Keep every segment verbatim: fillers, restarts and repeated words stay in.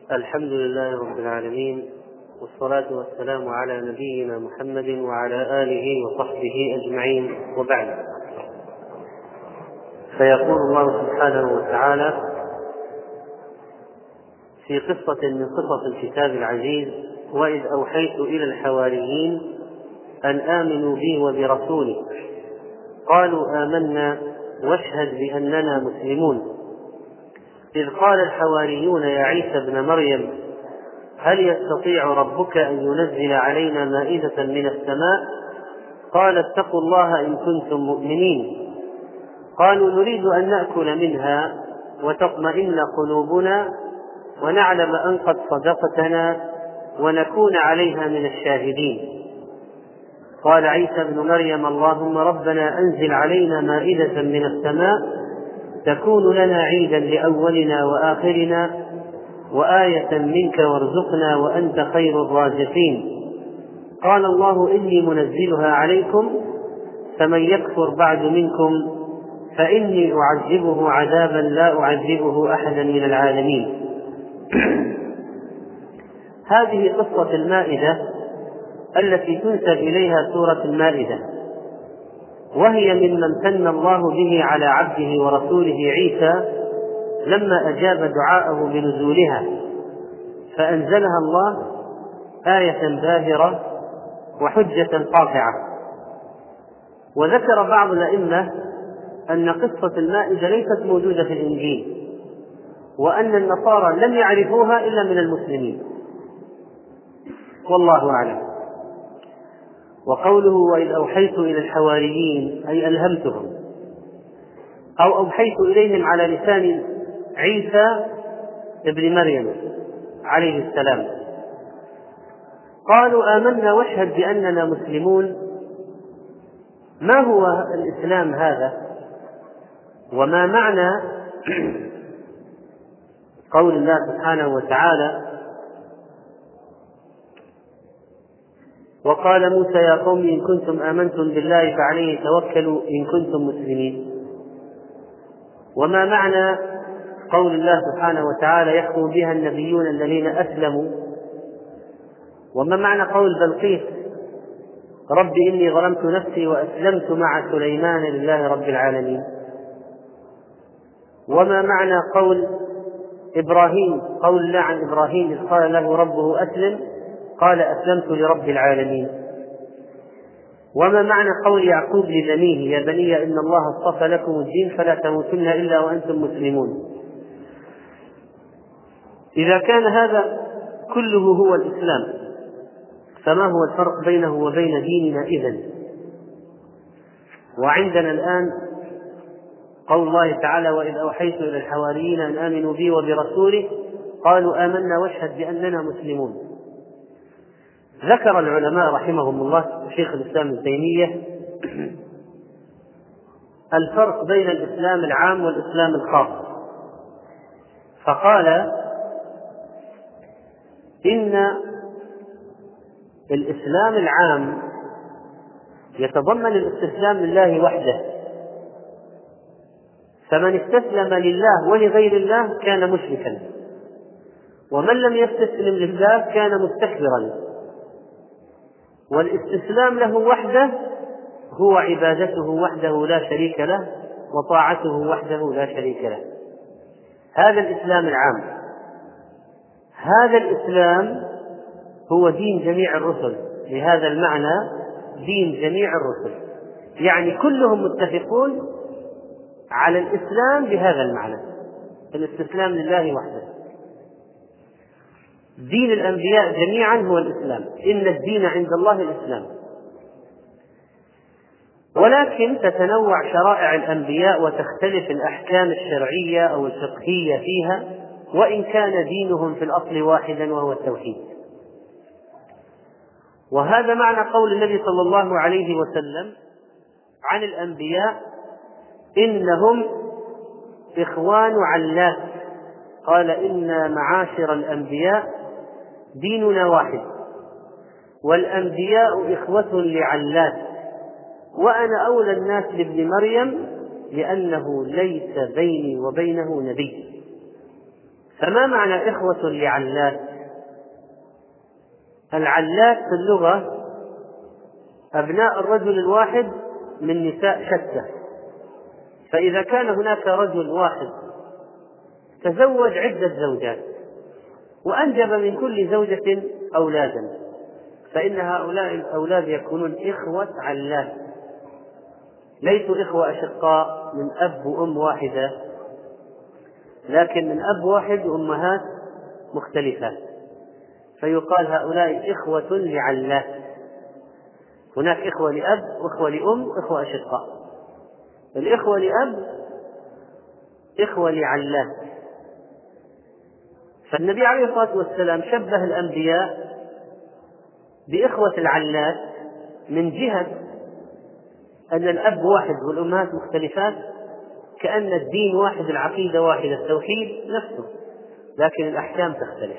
الحمد لله رب العالمين، والصلاة والسلام على نبينا محمد وعلى آله وصحبه أجمعين، وبعد. فيقول الله سبحانه وتعالى في قصة من قصص الكتاب العزيز: وإذ أوحيت إلى الحواريين أن آمنوا بي وبرسولي قالوا آمنا واشهد بأننا مسلمون. إذ قال الحواريون يا عيسى ابن مريم هل يستطيع ربك أن ينزل علينا مائدة من السماء؟ قال اتقوا الله إن كنتم مؤمنين. قالوا نريد أن نأكل منها وتطمئن قلوبنا ونعلم أن قد صدقتنا ونكون عليها من الشاهدين. قال عيسى ابن مريم اللهم ربنا أنزل علينا مائدة من السماء تكون لنا عيدا لأولنا وآخرنا وآية منك وارزقنا وأنت خير الرازقين. قال الله إني منزلها عليكم فمن يكفر بعد منكم فإني أعذبه عذابا لا أعذبه أحدا من العالمين. هذه قصة المائدة التي تنسب إليها سورة المائدة، وهي ممن امتن الله به على عبده ورسوله عيسى لما أجاب دعاءه بنزولها، فأنزلها الله آية باهرة وحجة قاطعة. وذكر بعض الأئمة أن قصة المائدة ليست موجودة في الإنجيل، وأن النصارى لم يعرفوها إلا من المسلمين، والله أعلم. وقوله وإذ أوحيت إلى الحواريين أي ألهمتهم أو أوحيت إليهم على لسان عيسى ابن مريم عليه السلام. قالوا آمنا واشهد بأننا مسلمون. ما هو الإسلام هذا؟ وما معنى قول الله سبحانه وتعالى وقال موسى يا قوم إن كنتم آمنتم بالله فعليه توكلوا إن كنتم مسلمين؟ وما معنى قول الله سبحانه وتعالى يحكم بها النبيون الذين أسلموا؟ وما معنى قول بلقيس رب إني ظلمت نفسي وأسلمت مع سليمان لله رب العالمين؟ وما معنى قول إبراهيم قول الله عن إبراهيم إذ قال له ربه أسلم قال أسلمت لرب العالمين؟ وما معنى قول يعقوب لبنيه يا بني إن الله اصطفى لكم الدين فلا تموتن إلا وأنتم مسلمون؟ إذا كان هذا كله هو الإسلام فما هو الفرق بينه وبين ديننا إذن؟ وعندنا الآن قول الله تعالى وإذ أوحيت إلى الحواريين أن آمنوا بي وبرسوله قالوا آمنا واشهد بأننا مسلمون. ذكر العلماء رحمهم الله شيخ الإسلام ابن تيمية الفرق بين الإسلام العام والإسلام الخاص، فقال إن الإسلام العام يتضمن الاستسلام لله وحده، فمن استسلم لله ولغير الله كان مشركا، ومن لم يستسلم لله كان مستكبرا. والاستسلام له وحده هو عبادته وحده لا شريك له وطاعته وحده لا شريك له. هذا الإسلام العام. هذا الإسلام هو دين جميع الرسل، لهذا المعنى دين جميع الرسل، يعني كلهم متفقون على الإسلام بهذا المعنى، الاستسلام لله وحده. دين الأنبياء جميعا هو الإسلام، إن الدين عند الله الإسلام. ولكن تتنوع شرائع الأنبياء وتختلف الأحكام الشرعية أو الفقهية فيها، وإن كان دينهم في الأصل واحدا وهو التوحيد. وهذا معنى قول النبي صلى الله عليه وسلم عن الأنبياء إنهم إخوان علات. قال إنا معاشر الأنبياء ديننا واحد والأنبياء إخوة لعلات وأنا أولى الناس بابن مريم لأنه ليس بيني وبينه نبي. فما معنى إخوة لعلات؟ العلات في اللغة أبناء الرجل الواحد من نساء شتى. فإذا كان هناك رجل واحد تزوج عدة زوجات وأنجب من كل زوجة أولادا، فإن هؤلاء الأولاد يكونون إخوة علات، ليسوا إخوة أشقاء من أب وأم واحدة، لكن من أب واحد وأمهات مختلفات، فيقال هؤلاء إخوة لعلات. هناك إخوة لأب وإخوة لأم وإخوة أشقاء. الإخوة لأب إخوة لعلات. فالنبي عليه الصلاة والسلام شبه الأنبياء بإخوة العلات من جهة أن الأب واحد والأمهات مختلفات، كأن الدين واحد، العقيدة واحدة، التوحيد نفسه، لكن الأحكام تختلف.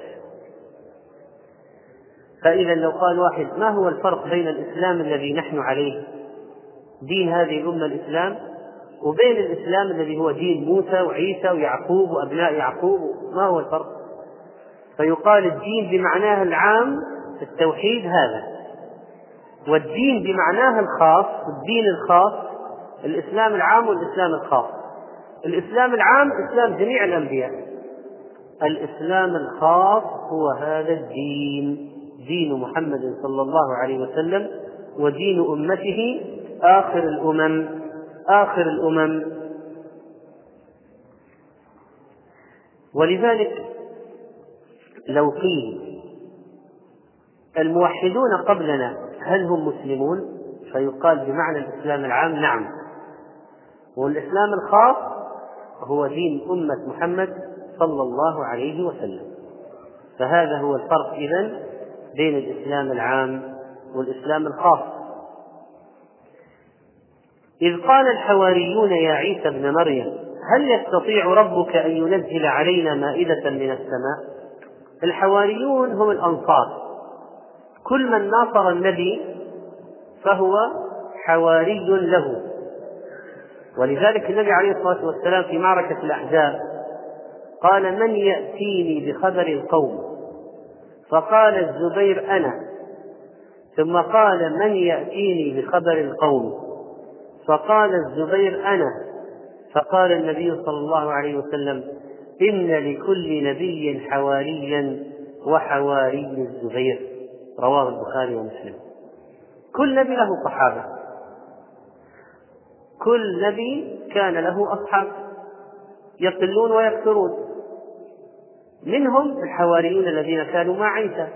فإذا لو قال واحد ما هو الفرق بين الإسلام الذي نحن عليه دين هذه الأمة الإسلام وبين الإسلام الذي هو دين موسى وعيسى ويعقوب وأبناء يعقوب، ما هو الفرق؟ فيقال الدين بمعناه العام التوحيد هذا، والدين بمعناه الخاص الدين الخاص الإسلام العام والإسلام الخاص. الإسلام العام إسلام جميع الأنبياء، الإسلام الخاص هو هذا الدين، دين محمد صلى الله عليه وسلم ودين أمته آخر الأمم آخر الأمم. ولذلك لو قيل الموحدون قبلنا هل هم مسلمون؟ فيقال بمعنى الإسلام العام نعم، والإسلام الخاص هو دين أمة محمد صلى الله عليه وسلم. فهذا هو الفرق إذن بين الإسلام العام والإسلام الخاص. إذ قال الحواريون يا عيسى ابن مريم هل يستطيع ربك أن ينزل علينا مائدة من السماء؟ الحواريون هم الأنصار، كل من ناصر النبي فهو حواري له. ولذلك النبي عليه الصلاة والسلام في معركة الأحزاب قال من يأتيني بخبر القوم؟ فقال الزبير أنا، ثم قال من يأتيني بخبر القوم؟ فقال الزبير أنا، فقال النبي صلى الله عليه وسلم إن لكل نبي حواريا وحواري الزبير، رواه البخاري ومسلم. كل نبي له صحابة، كل نبي كان له أصحاب يقلون ويكثرون، منهم الحواريون الذين كانوا مع عيسى.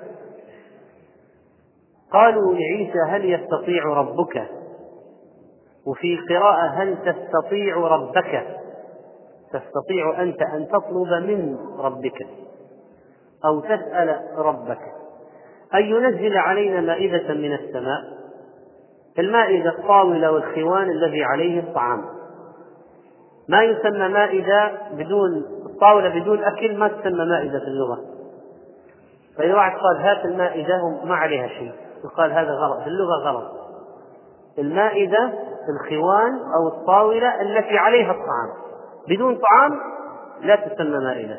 قالوا لعيسى هل يستطيع ربك؟ وفي قراءة هل تستطيع ربك؟ تستطيع أنت أن تطلب من ربك أو تسأل ربك أن ينزل علينا مائدة من السماء. المائدة الطاولة والخوان الذي عليه الطعام، ما يسمى مائدة بدون الطاولة بدون أكل ما تسمى مائدة في اللغة. فإذا واحد قال هات المائدة ما عليها شيء يقال هذا غلط، في اللغة غلط. المائدة الخوان أو الطاولة التي عليها الطعام، بدون طعام لا تسمى مائدة.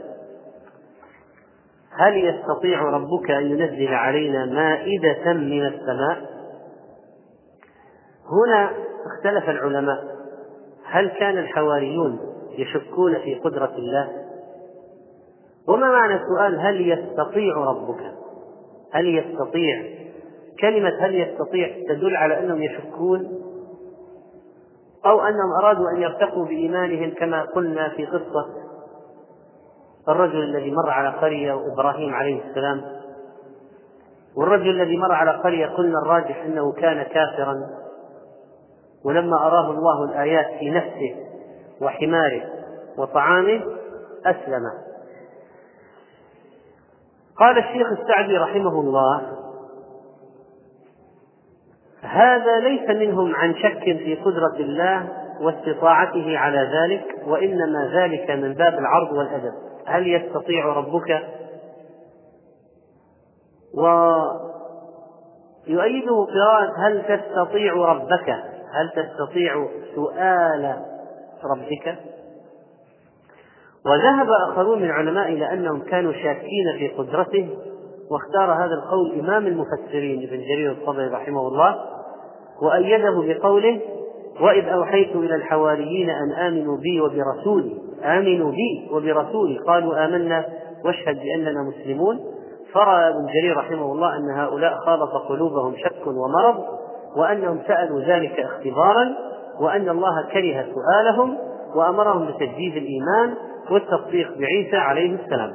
هل يستطيع ربك أن ينزل علينا مائدة من السماء؟ هنا اختلف العلماء، هل كان الحواريون يشكون في قدرة الله؟ وما معنى السؤال هل يستطيع ربك؟ هل يستطيع، كلمة هل يستطيع تدل على أنهم يشكون أو أنهم أرادوا أن يرتقوا بإيمانهم، كما قلنا في قصة الرجل الذي مر على قرية وإبراهيم عليه السلام، والرجل الذي مر على قرية قلنا الراجح أنه كان كافرا، ولما أراه الله الآيات في نفسه وحماره وطعامه أسلم. قال الشيخ السعدي رحمه الله هذا ليس منهم عن شك في قدرة الله واستطاعته على ذلك، وإنما ذلك من باب العرض والأدب. هل يستطيع ربك؟ ويؤيده قراءة هل تستطيع ربك، هل تستطيع سؤال ربك؟ وذهب آخرون من العلماء إلى أنهم كانوا شاكين في قدرته، واختار هذا القول إمام المفسرين ابن جرير الطبري رحمه الله، وأيده بقوله: وإذ أوحيت إلى الحواريين أن آمنوا بي وبرسولي آمنوا بي وبرسولي قالوا آمنا واشهد بأننا مسلمون. فرأى ابن جرير رحمه الله أن هؤلاء خالط قلوبهم شك ومرض، وأنهم سألوا ذلك اختبارا، وأن الله كره سؤالهم وأمرهم بتجديد الإيمان والتصديق بعيسى عليه السلام.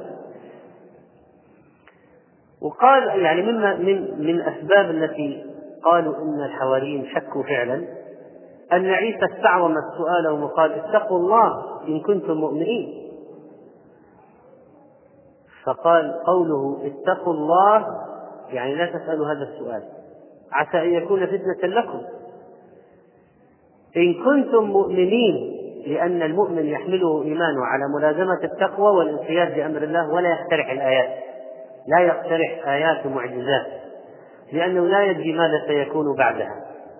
وقال يعني مما من من الأسباب التي قالوا إن الحواريين شكوا فعلا أن عيسى استعظم سؤالهم وقال: اتقوا الله إن كنتم مؤمنين. فقال قوله اتقوا الله يعني لا تسألوا هذا السؤال، عسى أن يكون فتنة لكم إن كنتم مؤمنين، لأن المؤمن يحمله إيمانه على ملازمة التقوى والانقياد بأمر الله، ولا يقترح الآيات، لا يقترح آيات ومعجزات، لأنه لا يدري ماذا سيكون بعدها.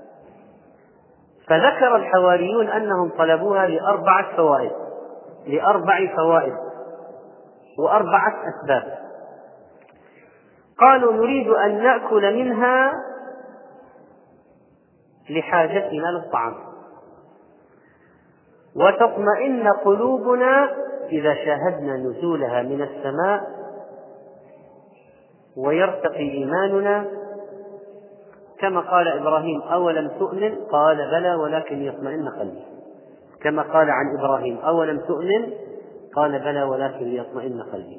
فذكر الحواريون أنهم طلبوها لأربعة فوائد لأربع فوائد وأربعة أسباب. قالوا: نريد أن نأكل منها لحاجتنا للطعام، وتطمئن قلوبنا إذا شاهدنا نزولها من السماء، ويرتقي إيماننا، كما قال إبراهيم: أولم تؤمن؟ قال: بلى ولكن يطمئن قلبي. كما قال عن إبراهيم: أولم تؤمن؟ قال: بلى ولكن يطمئن قلبي.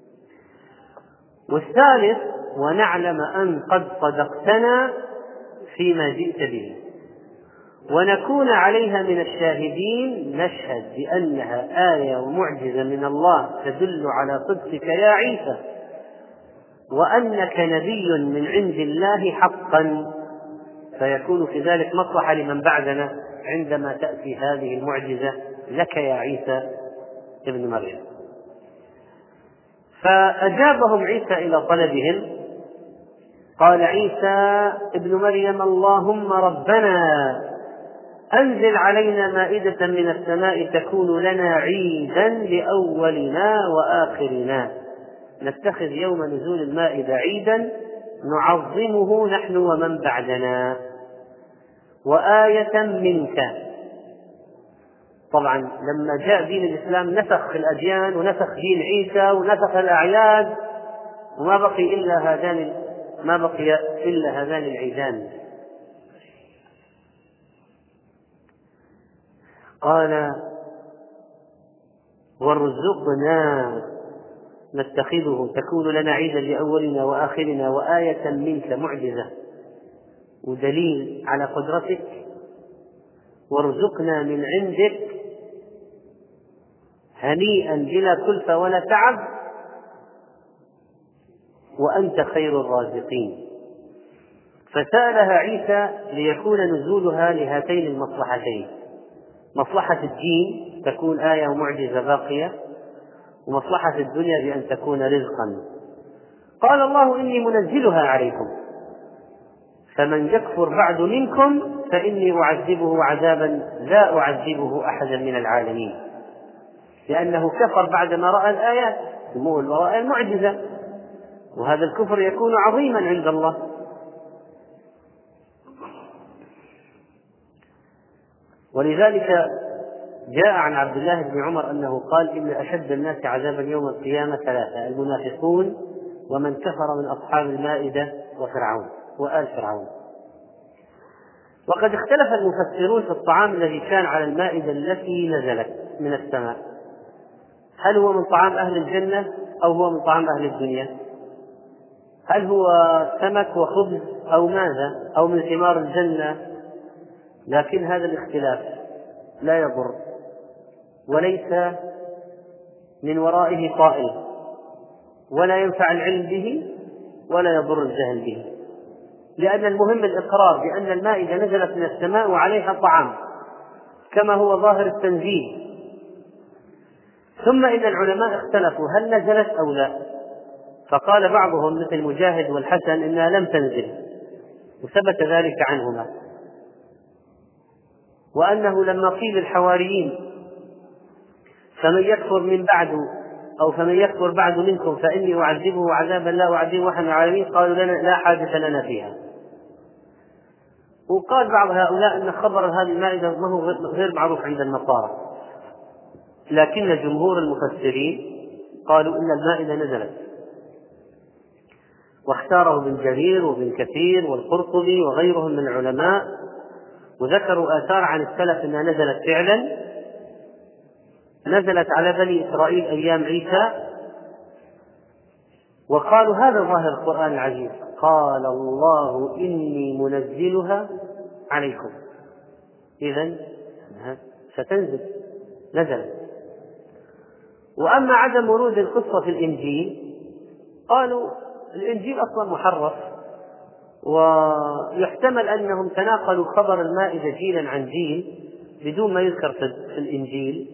والثالث: ونعلم أن قد صدقتنا فيما جئت به، ونكون عليها من الشاهدين، نشهد بأنها آية ومعجزة من الله تدل على صدقك يا عيسى، وأنك نبي من عند الله حقا، فيكون في ذلك مصلحة لمن بعدنا عندما تأتي هذه المعجزة لك يا عيسى ابن مريم. فأجابهم عيسى إلى طلبهم. قال عيسى ابن مريم: اللهم ربنا أنزل علينا مائدة من السماء تكون لنا عيدا لأولنا وآخرنا، نتخذ يوم نزول المائدة عيدا نعظمه نحن ومن بعدنا، وآية منك. طبعا لما جاء دين الإسلام نسخ الأديان ونسخ دين عيسى ونسخ الأعياد، وما بقي إلا هذان ما بقي إلا هذان العيدان. قال: وارزقنا نتخذه تكون لنا عيدا لأولنا وآخرنا وآية منك، معجزة ودليل على قدرتك، وارزقنا من عندك هنيئا بلا كلفة ولا تعب، وأنت خير الرازقين. فسألها عيسى ليكون نزولها لهاتين المصلحتين: مصلحة الدين تكون آية ومعجزة باقية، ومصلحة الدنيا بأن تكون رزقا. قال الله: إني منزلها عليكم، فمن يكفر بعد منكم فإني أعذبه عذابا لا أعذبه أحدا من العالمين، لأنه كفر بعدما رأى الآيات ورأى المعجزة، وهذا الكفر يكون عظيما عند الله. ولذلك جاء عن عبد الله بن عمر أنه قال: إن أشد الناس عذابا يوم القيامة ثلاثة: المنافقون، ومن كفر من أصحاب المائدة، وفرعون وآل فرعون. وقد اختلف المفسرون في الطعام الذي كان على المائدة التي نزلت من السماء، هل هو من طعام أهل الجنة أو هو من طعام أهل الدنيا؟ هل هو سمك وخبز أو ماذا، أو من ثمار الجنة؟ لكن هذا الاختلاف لا يضر، وليس من ورائه طائل، ولا ينفع العلم به ولا يضر الجهل به، لأن المهم الإقرار بأن المائدة نزلت من السماء وعليها طعام كما هو ظاهر التنزيل. ثم إن العلماء اختلفوا هل نزلت أو لا، فقال بعضهم مثل مجاهد والحسن إنها لم تنزل، وثبت ذلك عنهما، وأنه لما قيل الحواريين فمن يكفر من بعد أو فمن يكفر بعد منكم فإني أعذبه عذابا لا أعذبه أحد من العالمين، قالوا لنا لا حاجة لنا فيها. وقال بعض هؤلاء أن خبر هذه المائدة ما هو غير معروف عند النصارى، لكن جمهور المفسرين قالوا إن المائدة نزلت، واختاره ابن جرير وابن كثير والقرطبي وغيرهم من العلماء، وذكروا آثار عن السلف أنها نزلت فعلا، نزلت على بني إسرائيل أيام عيسى، وقالوا هذا ظاهر القرآن العزيز، قال الله إني منزلها عليكم، إذن ستنزل، نزلت. وأما عدم ورود القصة في الإنجيل قالوا الإنجيل أصلا محرف، ويحتمل أنهم تناقلوا خبر المائدة جيلا عن جيل بدون ما يذكر في الإنجيل،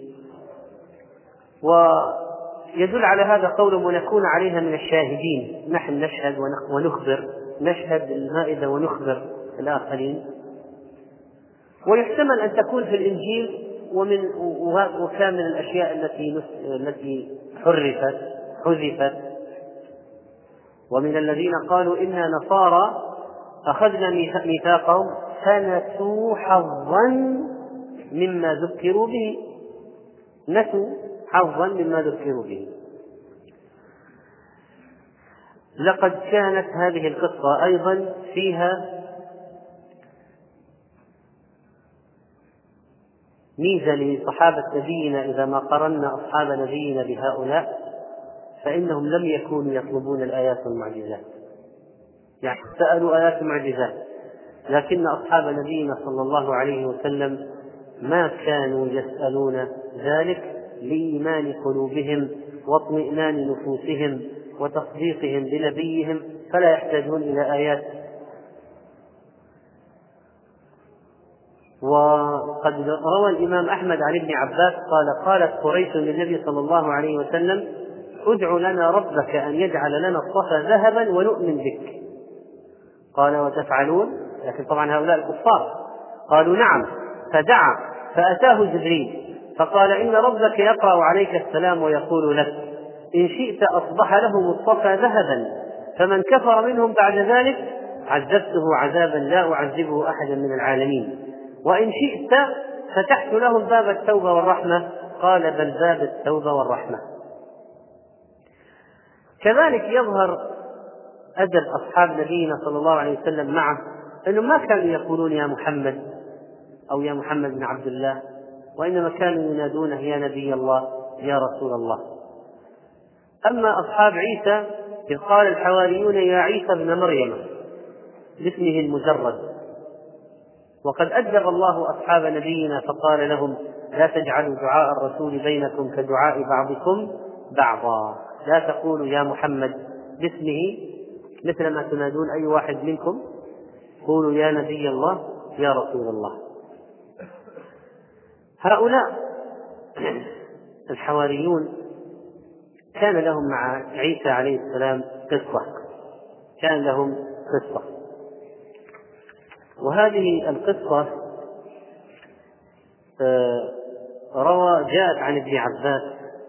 ويدل على هذا قولهم ونكون عليها من الشاهدين، نحن نشهد ونخبر، نشهد المائدة ونخبر الآخرين. ويحتمل أن تكون في الإنجيل، ومن وكان من الأشياء التي التي حرفت حذفت. ومن الذين قالوا إنا نصارى أخذنا ميثاقهم فنسوا حظا مما ذكروا به، نسوا حظا مما ذكروا به. لقد كانت هذه القصة أيضا فيها ميزة لصحابة نبينا، إذا ما قرنا أصحاب نبينا بهؤلاء فإنهم لم يكونوا يطلبون الآيات والمعجزات، يعني سألوا آيات ومعجزات، لكن أصحاب نبينا صلى الله عليه وسلم ما كانوا يسألون ذلك لإيمان قلوبهم واطمئنان نفوسهم وتصديقهم بنبيهم، فلا يحتاجون إلى آيات. وقد روى الإمام أحمد عن ابن عباس قال قالت قريش للنبي صلى الله عليه وسلم ادع لنا ربك أن يجعل لنا الصفا ذهبا ونؤمن بك، قال وتفعلون؟ لكن طبعا هؤلاء الكفار قالوا نعم، فدعا فأتاه جبريل فقال إن ربك يقرأ عليك السلام ويقول لك إن شئت أصبح لهم الصفا ذهبا، فمن كفر منهم بعد ذلك عذبته عذابا لا أعذبه أحدا من العالمين، وإن شئت فتحت لهم باب التوبة والرحمة، قال بل باب التوبة والرحمة. كذلك يظهر أدب أصحاب نبينا صلى الله عليه وسلم معه، أنهم ما كانوا يقولون يا محمد أو يا محمد بن عبد الله، وإنما كانوا ينادونه يا نبي الله يا رسول الله. أما أصحاب عيسى إذ قال الحواريون يا عيسى ابن مريم باسمه المجرد، وقد أدب الله أصحاب نبينا فقال لهم لا تجعلوا دعاء الرسول بينكم كدعاء بعضكم بعضا، لا تقولوا يا محمد باسمه مثل ما تنادون أي واحد منكم، قولوا يا نبي الله يا رسول الله. هؤلاء الحواريون كان لهم مع عيسى عليه السلام قصة، كان لهم قصة، وهذه القصة روى جاءت عن ابن عباس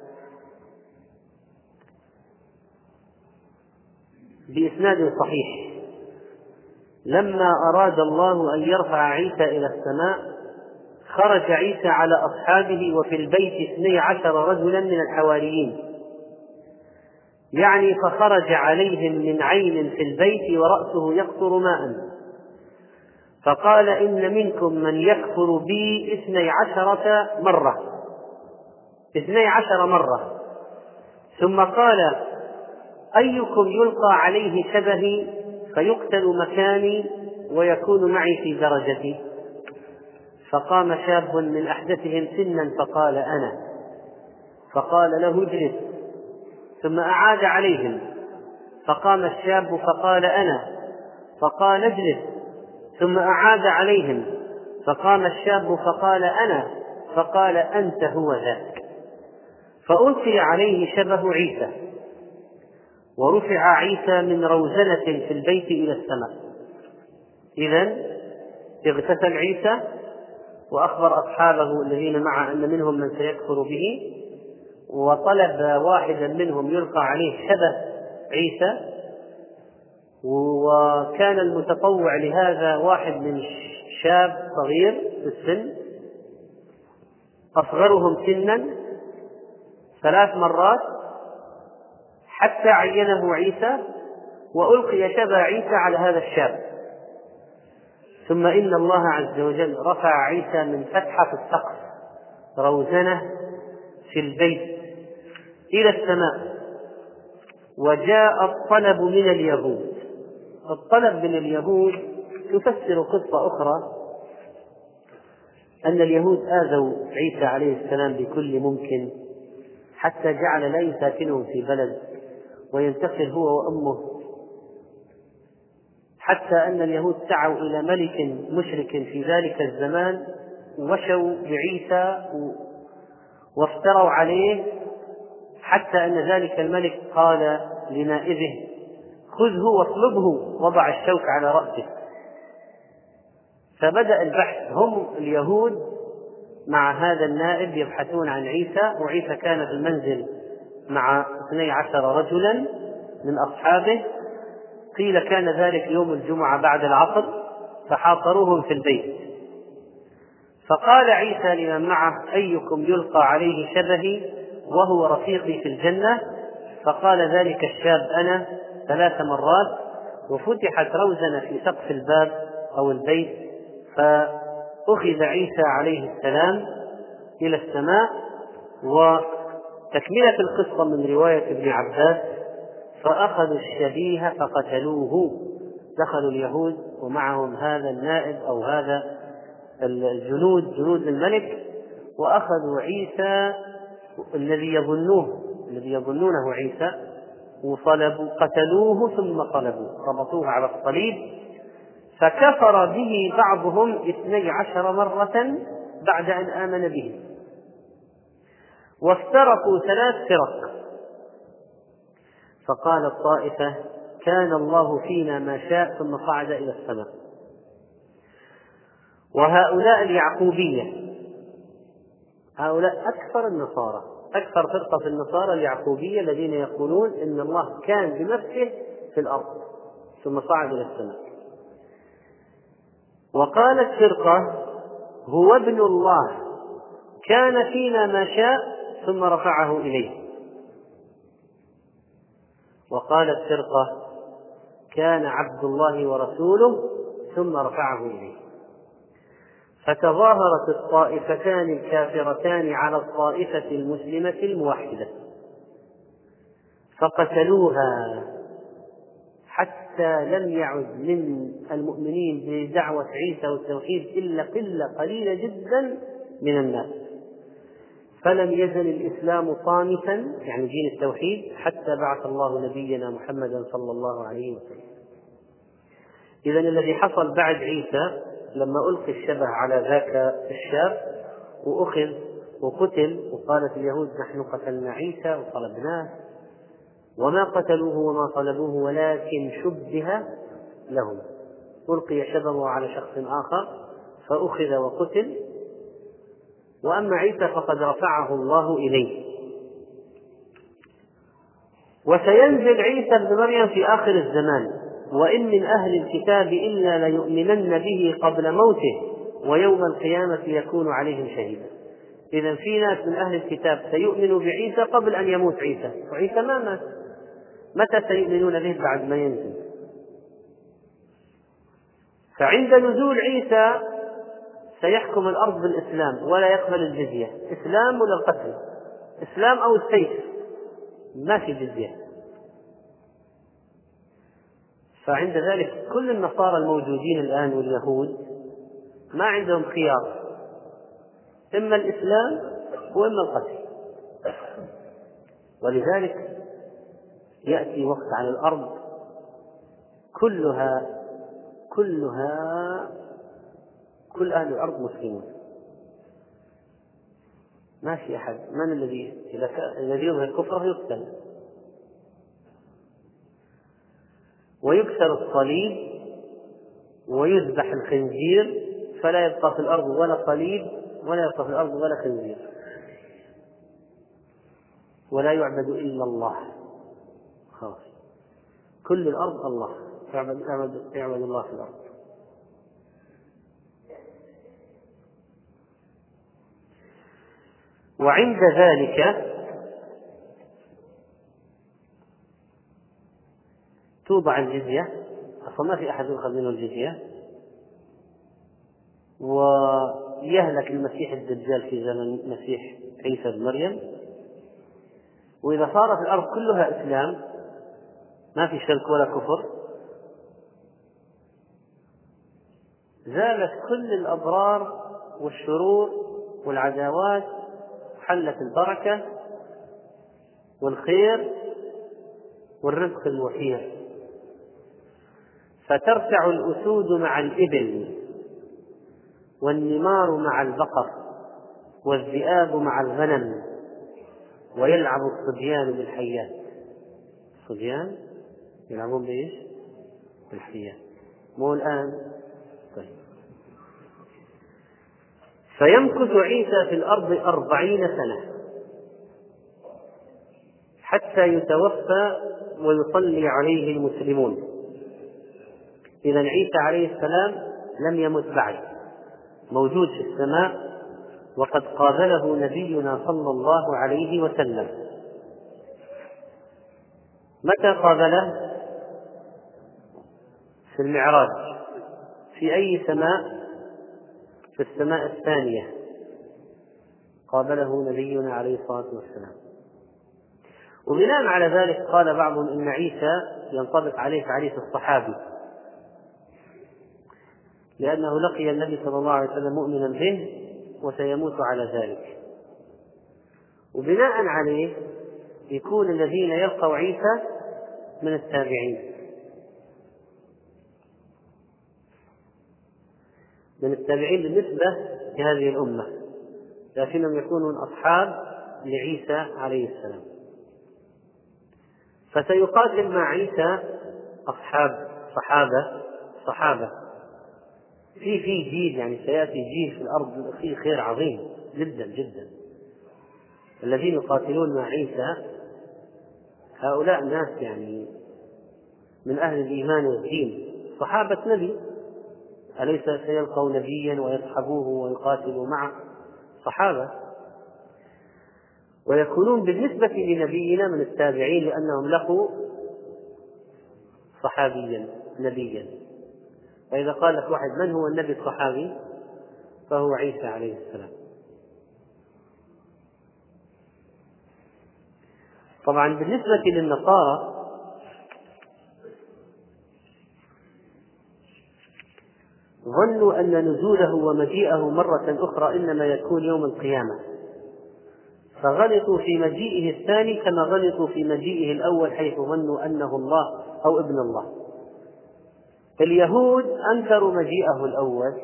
بإسناد صحيح. لما أراد الله أن يرفع عيسى إلى السماء خرج عيسى على أصحابه وفي البيت اثني عشر رجلا من الحواريين، يعني فخرج عليهم من عين في البيت ورأسه يقطر ماء، فقال إن منكم من يكفر بي اثني عشرة مرة اثني عشر مرة، ثم قال أيكم يلقى عليه شبهي فيقتل مكاني ويكون معي في درجتي؟ فقام شاب من أحدثهم سنا فقال أنا، فقال له اجلس، ثم أعاد عليهم فقام الشاب فقال أنا، فقال اجلس، ثم أعاد عليهم فقام الشاب فقال أنا، فقال أنت هو ذاك، فألقي عليه شبه عيسى، ورفع عيسى من روزنة في البيت إلى السماء. إذن اغتسل عيسى وأخبر أصحابه الذين معه أن منهم من سيكفر به، وطلب واحدا منهم يلقى عليه شبه عيسى، وكان المتطوع لهذا واحد من شاب صغير في السن أصغرهم سنا ثلاث مرات حتى عينه عيسى، وألقي شبه عيسى على هذا الشاب. ثم إن الله عز وجل رفع عيسى من فتحة في السقف روزنة في البيت إلى السماء، وجاء الطلب من اليهود. الطلب من اليهود تفسر قصة أخرى، أن اليهود آذوا عيسى عليه السلام بكل ممكن حتى جعل لا يساكنهم في بلد وينتقل هو وأمه، حتى أن اليهود سعوا إلى ملك مشرك في ذلك الزمان وشوا بعيسى وافتروا عليه، حتى أن ذلك الملك قال لنائبه: خذه واصلبه، وضع الشوك على رأسه. فبدأ البحث، هم اليهود مع هذا النائب يبحثون عن عيسى، وعيسى كان في المنزل مع اثني عشر رجلا من أصحابه، قيل كان ذلك يوم الجمعة بعد العصر، فحاصروهم في البيت. فقال عيسى لمن معه: أيكم يلقى عليه شبهي وهو رفيقي في الجنة؟ فقال ذلك الشاب: أنا، ثلاث مرات، وفتحت روزنة في سقف الباب أو البيت، فأخذ عيسى عليه السلام إلى السماء. وتكملة القصة من رواية ابن عباس: فأخذوا الشبيه فقتلوه. دخلوا اليهود ومعهم هذا النائب أو هذا الجنود جنود الملك، وأخذوا عيسى الذي يظنوه الذي يظنونه عيسى وصلبوا، قتلوه ثم صلبوه، ربطوه على الصليب. فكفر به بعضهم اثني عشر مرة بعد أن آمن به، وافترقوا ثلاث فرق. فقال الطائفة: كان الله فينا ما شاء، ثم صعد إلى السماء. وهؤلاء اليعقوبية، هؤلاء أكثر النصارى، أكثر فرقة في النصارى اليعقوبية، الذين يقولون إن الله كان بنفسه في الأرض ثم صعد إلى السماء. وقالت فرقة: هو ابن الله، كان فينا ما شاء ثم رفعه إليه. وقالت فرقة: كان عبد الله ورسوله ثم رفعه إليه. فتظاهرت الطائفتان الكافرتان على الطائفة المسلمة الموحدة فقتلوها، حتى لم يعد من المؤمنين بدعوة عيسى والتوحيد إلا قلة قليلة جدا من الناس. فلم يزل الإسلام صامتا، يعني دين التوحيد، حتى بعث الله نبينا محمدا صلى الله عليه وسلم. إذن الذي حصل بعد عيسى لما ألقي الشبه على ذاك الشاب وأخذ وقتل، وقالت اليهود: نحن قتلنا عيسى وصلبناه، وما قتلوه وما صلبوه ولكن شبه لهم. ألقي شبهه على شخص آخر فأخذ وقتل، وأما عيسى فقد رفعه الله إليه. وسينزل عيسى ابن مريم في آخر الزمان: وإن من أهل الكتاب إلا ليؤمنن به قبل موته ويوم القيامة يكون عليهم شهيدا. إذن في ناس من أهل الكتاب سيؤمنوا بعيسى قبل أن يموت عيسى، وعيسى ما مات. متى سيؤمنون به؟ بعد ما ينزل. فعند نزول عيسى سيحكم الأرض بالإسلام ولا يقبل الجزية. إسلام ولا القتل، إسلام أو السيف، ما في جزية. فعند ذلك كل النصارى الموجودين الآن واليهود ما عندهم خيار، إما الإسلام وإما القتل. ولذلك يأتي وقت على الأرض كلها كلها كل أهل الأرض مسلمون، ما في أحد. من الذي الذي يظهر كفره يقتل، ويكسر الصليب ويذبح الخنزير، فلا يبقى في الأرض ولا صليب ولا يبقى في الأرض ولا خنزير. ولا يعبد إلا الله، خلاص كل الأرض الله، يعبد, يعبد, يعبد الله في الأرض. وعند ذلك توضع الجزية، أصلا ما في أحد يأخذ منه الجزية، ويهلك المسيح الدجال في زمن مسيح عيسى بن مريم. وإذا صارت الأرض كلها إسلام، ما في شرك ولا كفر، زالت كل الأضرار والشرور والعداوات، حلت البركة والخير والرزق الوفير، فترتع الأسود مع الإبل، والنمار مع البقر، والذئاب مع الغنم، ويلعب الصبيان بالحيات. الصبيان يلعبون بإيش؟ بالحيات، مو الآن. طيب. فيمكث عيسى في الأرض أربعين سنة حتى يتوفى ويصلي عليه المسلمون. إذا عيسى عليه السلام لم يمت بعد، موجود في السماء، وقد قابله نبينا صلى الله عليه وسلم. متى قابله؟ في المعراج. في أي سماء؟ في السماء الثانية قابله نبينا عليه الصلاة والسلام. وبناء على ذلك قال بعضهم إن عيسى ينطبق عليه تعريف الصحابي، لأنه لقي النبي صلى الله عليه وسلم مؤمنا به وسيموت على ذلك. وبناء عليه يكون الذين يلقوا عيسى من التابعين، من التابعين بالنسبة لهذه الأمة، لكنهم يكونون أصحاب لعيسى عليه السلام. فسيقاتل مع عيسى أصحاب صحابة صحابة في في جيل، يعني سيأتي جيل في الأرض فيه خير عظيم جدا جدا. الذين يقاتلون مع عيسى هؤلاء ناس يعني من أهل الإيمان والدين، صحابة نبي، أليس سيلقوا نبيا ويصحبوه ويقاتلوا معه؟ صحابة، ويكونون بالنسبة لنبينا من التابعين لأنهم لقوا صحابيا نبيا. فإذا قال لك واحد من هو النبي الصحابي فهو عيسى عليه السلام. طبعا بالنسبة للنصارى ظنوا أن نزوله ومجيئه مرة أخرى إنما يكون يوم القيامة، فغلطوا في مجيئه الثاني كما غلطوا في مجيئه الأول، حيث ظنوا أنه الله أو ابن الله. اليهود أنكروا مجيئه الأول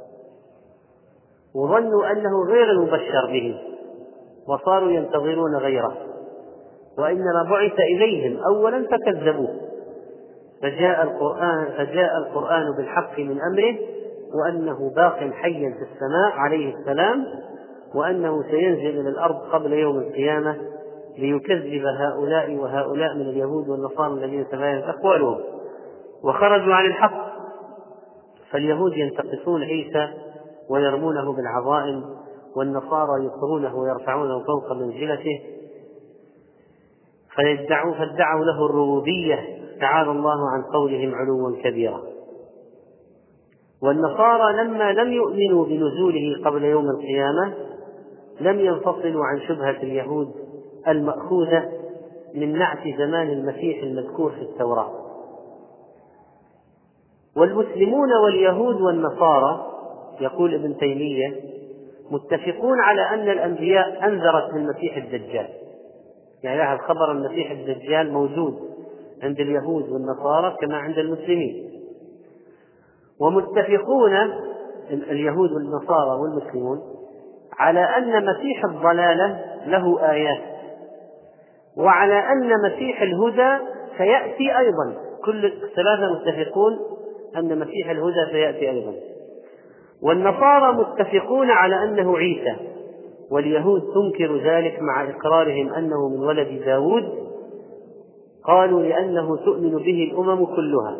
وظنوا أنه غير المبشر به، وصاروا ينتظرون غيره، وإنما بعث إليهم أولا فكذبوه، فجاء القرآن, فجاء القرآن بالحق من أمره، وأنه باق حيا في السماء عليه السلام، وأنه سينزل إلى الأرض قبل يوم القيامة ليكذب هؤلاء وهؤلاء من اليهود والنصارى الذين تباينت أقوالهم وخرجوا عن الحق. فاليهود ينتقصون عيسى ويرمونه بالعظائم، والنصارى يصرونه ويرفعونه فوق منزلته، فيدعوا فادعوا له الربوبية، تعالى الله عن قولهم علوا كبيرا. والنصارى لما لم يؤمنوا بنزوله قبل يوم القيامة لم ينفصلوا عن شبهة اليهود المأخوذة من نعت زمان المسيح المذكور في التوراة. والمسلمون واليهود والنصارى، يقول ابن تيمية، متفقون على أن الأنبياء أنذرت بالمسيح الدجال، يعني لها الخبر المسيح الدجال موجود عند اليهود والنصارى كما عند المسلمين. ومتفقون اليهود والنصارى والمسلمون على أن مسيح الضلالة له آيات، وعلى أن مسيح الهدى سيأتي أيضا. كل الثلاثة متفقون أن مسيح الهدى سيأتي أيضا. والنصارى متفقون على أنه عيسى، واليهود تنكر ذلك مع إقرارهم أنه من ولد داود، قالوا لأنه تؤمن به الأمم كلها.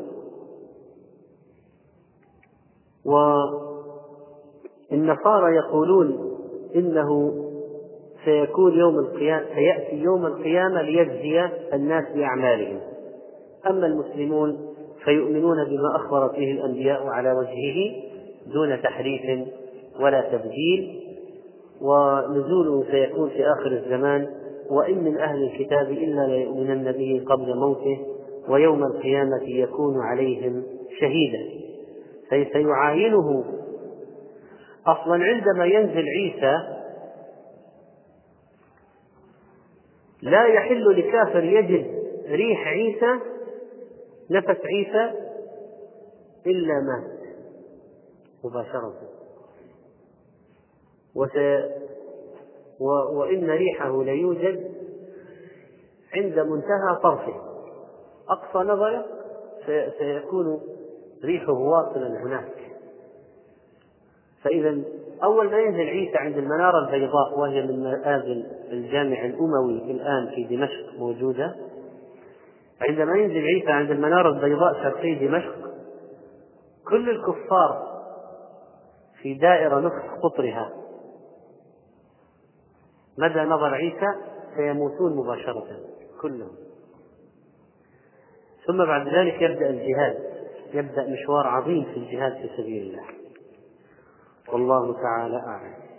والنصارى يقولون إنه سيكون يوم القيامة، سيأتي يوم القيامة ليجزي الناس بأعمالهم. أما المسلمون فيؤمنون بما أخبرت به الأنبياء على وجهه دون تحريف ولا تبديل، ونزوله سيكون في آخر الزمان، وإن من أهل الكتاب إلا ليؤمنن به قبل موته، ويوم القيامة يكون عليهم شهيدا. فسيعاينه. أصلا عندما ينزل عيسى لا يحل لكافر يجد ريح عيسى، نفس عيسى، إلا مات مباشرة. وس... و... وإن ريحه ليوجد عند منتهى طرفه، أقصى نظره سي... سيكون ريحه واصلا هناك. فإذا أول ما ينزل عيسى عند المنارة البيضاء، وهي من مآذن الجامع الأموي الآن في دمشق موجودة، عندما ينزل عيسى عند المنارة البيضاء شرقي دمشق، كل الكفار في دائرة نصف قطرها مدى نظر عيسى سيموتون مباشرة كلهم. ثم بعد ذلك يبدأ الجهاد، يبدأ مشوار عظيم في الجهاد في سبيل الله، والله تعالى أعلم.